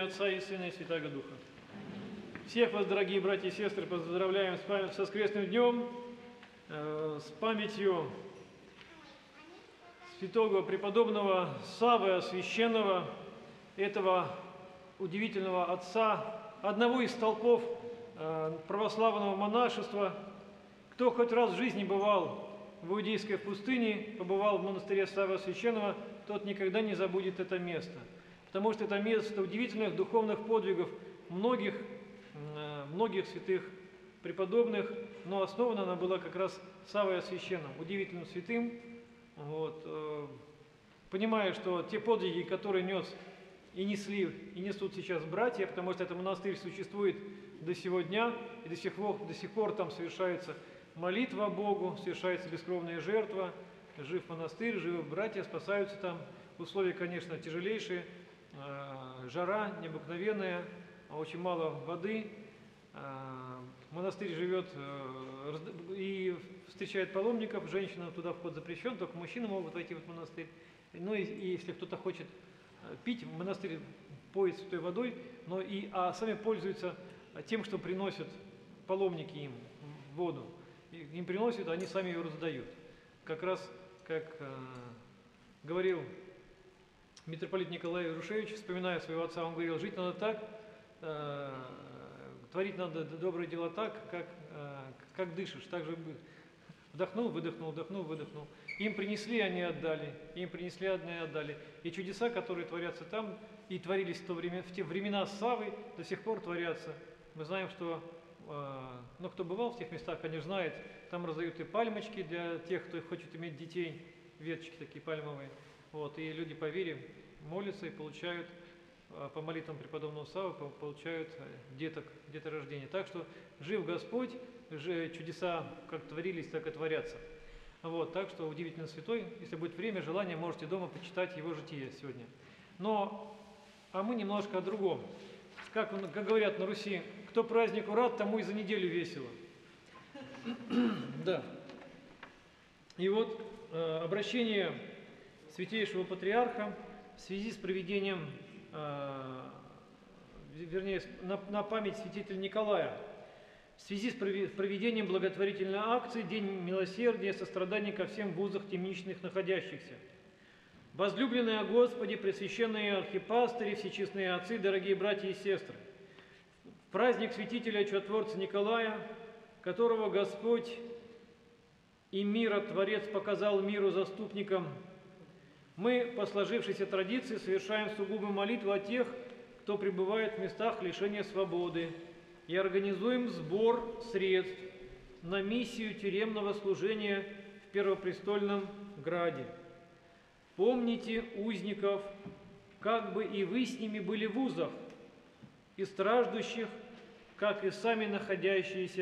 имя Отца и Сына и Святаго Духа. Всех вас, дорогие братья и сестры, поздравляем с воскресным днем, с памятью святого преподобного Саввы Священного, этого удивительного отца, одного из столпов православного монашества. Кто хоть раз в жизни бывал в Иудейской пустыне, побывал в монастыре Саввы Священного, тот никогда не забудет это место. Потому что это место удивительных духовных подвигов многих святых преподобных, но основана она была как раз Саввой Священным, удивительным святым. Понимая, что те подвиги, которые нес и несли, и несут сейчас братья, потому что этот монастырь существует до сего дня, и до сих пор там совершается молитва Богу, совершается бескровная жертва, жив монастырь, живы братья, спасаются там. Условия, конечно, тяжелейшие, жара необыкновенная, очень мало воды. Монастырь живет и встречает паломников, женщинам туда вход запрещен, только мужчины могут войти в этот монастырь. Ну и если кто-то хочет пить, монастырь поет святой водой, а сами пользуются тем, что приносят паломники им воду. Им приносят, а они сами ее раздают. Как раз, как говорил митрополит Николай Ярушевич, вспоминая своего отца, он говорил: жить надо так, творить надо добрые дела так, как дышишь, так же вдохнул, выдохнул, вдохнул, выдохнул. Им принесли, они отдали, им принесли, они отдали. И чудеса, которые творятся там, и творились в те времена Саввы, до сих пор творятся. Мы знаем, что, кто бывал в тех местах, конечно, знает, там раздают и пальмочки для тех, кто хочет иметь детей, веточки такие пальмовые. И люди по вере молятся и получают, по молитвам преподобного Саввы, получают деторождение. Так что жив Господь, чудеса как творились, так и творятся. Так что удивительно святой. Если будет время, желание, можете дома почитать его житие сегодня. А мы немножко о другом. Как говорят на Руси, кто празднику рад, тому и за неделю весело. Да. И обращение Святейшего Патриарха в связи с проведением, на память святителя Николая, в связи с проведением благотворительной акции «День милосердия, сострадания ко всем в вузах темничных находящихся». Возлюбленные о Господе, пресвященные архипастыри, всечестные отцы, дорогие братья и сестры, в праздник святителя чудотворца Николая, которого Господь и миротворец показал миру заступникам, мы, по сложившейся традиции, совершаем сугубую молитву о тех, кто пребывает в местах лишения свободы, и организуем сбор средств на миссию тюремного служения в Первопрестольном Граде. Помните узников, как бы и вы с ними были в узах, и страждущих, как и сами находитесь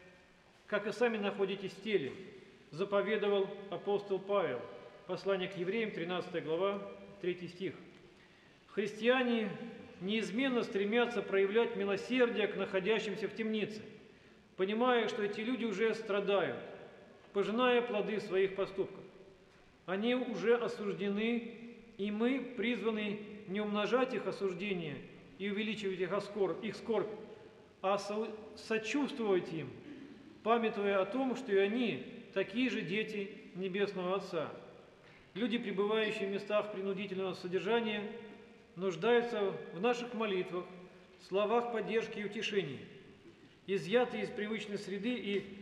в теле, заповедовал апостол Павел. Послание к евреям, 13 глава, 3 стих. Христиане неизменно стремятся проявлять милосердие к находящимся в темнице, понимая, что эти люди уже страдают, пожиная плоды своих поступков. Они уже осуждены, и мы призваны не умножать их осуждение и увеличивать их скорбь, а сочувствовать им, памятуя о том, что и они такие же дети Небесного Отца. Люди, пребывающие в местах принудительного содержания, нуждаются в наших молитвах, словах поддержки и утешения. Изъятые из привычной среды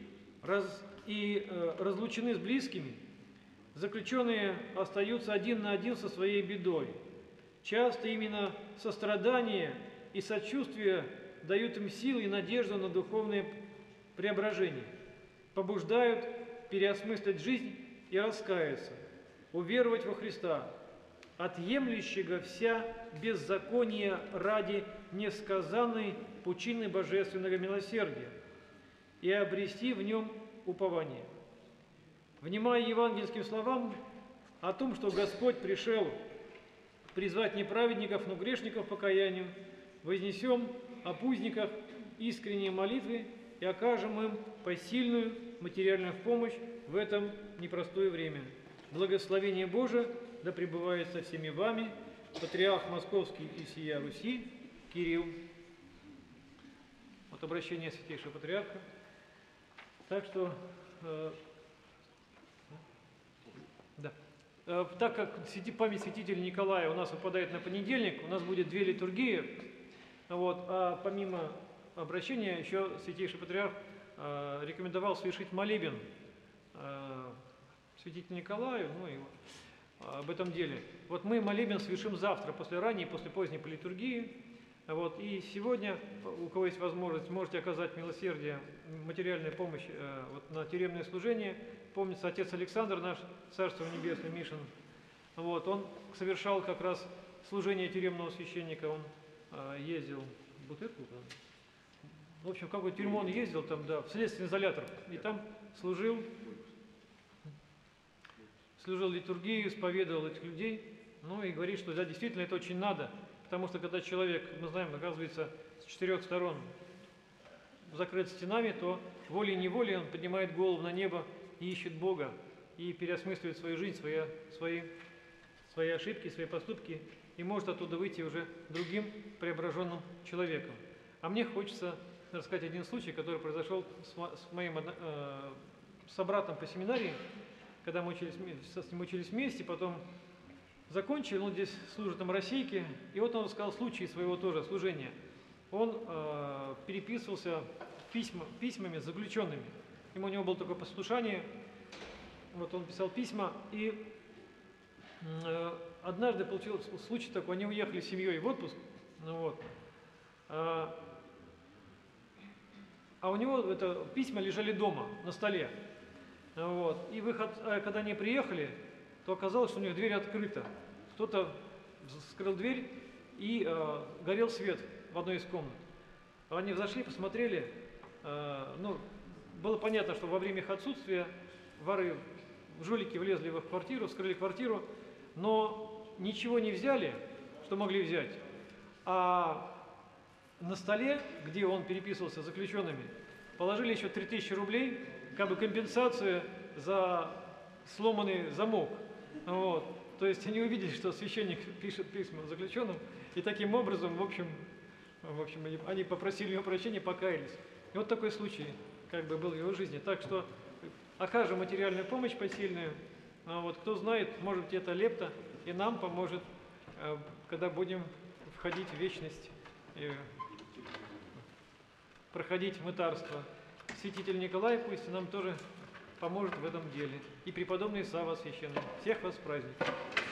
и разлучены с близкими, заключенные остаются один на один со своей бедой. Часто именно сострадание и сочувствие дают им силы и надежду на духовное преображение, побуждают переосмыслить жизнь и раскаяться, уверовать во Христа, отъемлющего вся беззаконие ради несказанной пучины божественного милосердия, и обрести в нем упование. Внимая евангельским словам о том, что Господь пришел призвать не праведников, но грешников к покаянию, вознесем о пузниках искренние молитвы и окажем им посильную материальную помощь в этом непростое время. Благословение Божие да пребывает со всеми вами, Патриарх Московский и сия Руси, Кирилл. Вот обращение Святейшего Патриарха. Так что, так как память святителя Николая у нас выпадает на понедельник, у нас будет 2 литургии, вот, а помимо обращения еще Святейший Патриарх рекомендовал совершить молебен святителю Николаю, ну и об этом деле. Вот мы молебен совершим завтра, после ранней и после поздней по литургии. Вот, и сегодня, у кого есть возможность, можете оказать милосердие, материальную помощь вот, на тюремное служение. Помнится, отец Александр, наш Царство Небесное, Мишин, вот, он совершал как раз служение тюремного священника, он ездил в Бутырку, в общем, в какую тюрьму он ездил, там, да, в следственный изолятор, и там служил литургию, исповедовал этих людей, ну и говорит, что да, действительно это очень надо, потому что когда человек, мы знаем, оказывается с 4 сторон закрыт стенами, то волей-неволей он поднимает голову на небо и ищет Бога, и переосмысливает свою жизнь, свои ошибки, свои поступки, и может оттуда выйти уже другим преображенным человеком. А мне хочется рассказать один случай, который произошел с моим собратом по семинарии, когда мы с ним учились вместе, потом закончили, он здесь служит на Российке, и вот он рассказал случай своего тоже служения. Он переписывался письмами с заключенными. У него было такое послушание, вот он писал письма, и однажды получился случай такой, они уехали с семьей в отпуск, ну вот, а у него письма лежали дома, на столе. Вот. И когда они приехали, то оказалось, что у них дверь открыта. Кто-то вскрыл дверь, и горел свет в одной из комнат. Они зашли, посмотрели, было понятно, что во время их отсутствия воры, жулики влезли в их квартиру, вскрыли квартиру, но ничего не взяли, что могли взять. А на столе, где он переписывался с заключенными, положили еще 3000 рублей, как бы компенсацию за сломанный замок. Вот. То есть они увидели, что священник пишет письма заключенным, и таким образом, в общем, они попросили его прощения, покаялись. И вот такой случай как бы был в его жизни. Так что окажем материальную помощь посильную. Вот, кто знает, может быть, это лепта и нам поможет, когда будем входить в вечность, и проходить мытарство. Святитель Николай пусть нам тоже поможет в этом деле. И преподобный Савва Священный. Всех вас с праздником!